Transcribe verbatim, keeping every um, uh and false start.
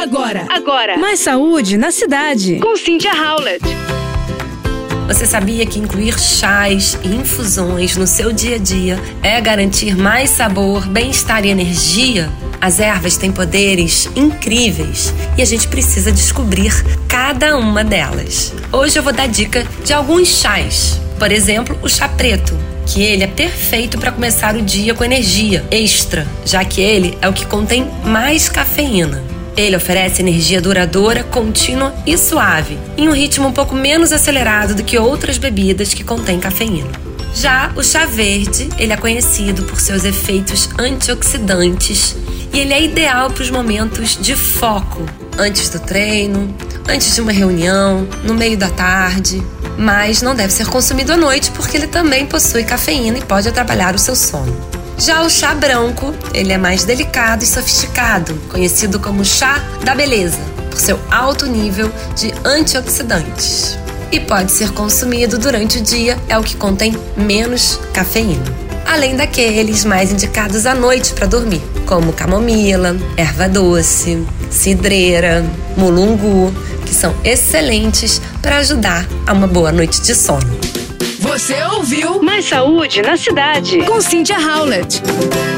Agora, agora, Mais saúde na cidade. com Cynthia Howlett. Você sabia que incluir chás e infusões no seu dia a dia é garantir mais sabor, bem-estar e energia? As ervas têm poderes incríveis e a gente precisa descobrir cada uma delas. Hoje eu vou dar dica de alguns chás. Por exemplo, o chá preto, que ele é perfeito para começar o dia com energia extra, já que ele é o que contém mais cafeína. Ele oferece energia duradoura, contínua e suave, em um ritmo um pouco menos acelerado do que outras bebidas que contêm cafeína. Já o chá verde, ele é conhecido por seus efeitos antioxidantes e ele é ideal para os momentos de foco, antes do treino, antes de uma reunião, no meio da tarde. Mas não deve ser consumido à noite porque ele também possui cafeína e pode atrapalhar o seu sono. Já o chá branco, ele é mais delicado e sofisticado, conhecido como chá da beleza, por seu alto nível de antioxidantes. E pode ser consumido durante o dia, é o que contém menos cafeína. Além daqueles mais indicados à noite para dormir, como camomila, erva doce, cidreira, mulungu, que são excelentes para ajudar a uma boa noite de sono. Você ouviu Mais saúde na cidade. com Cynthia Howlett.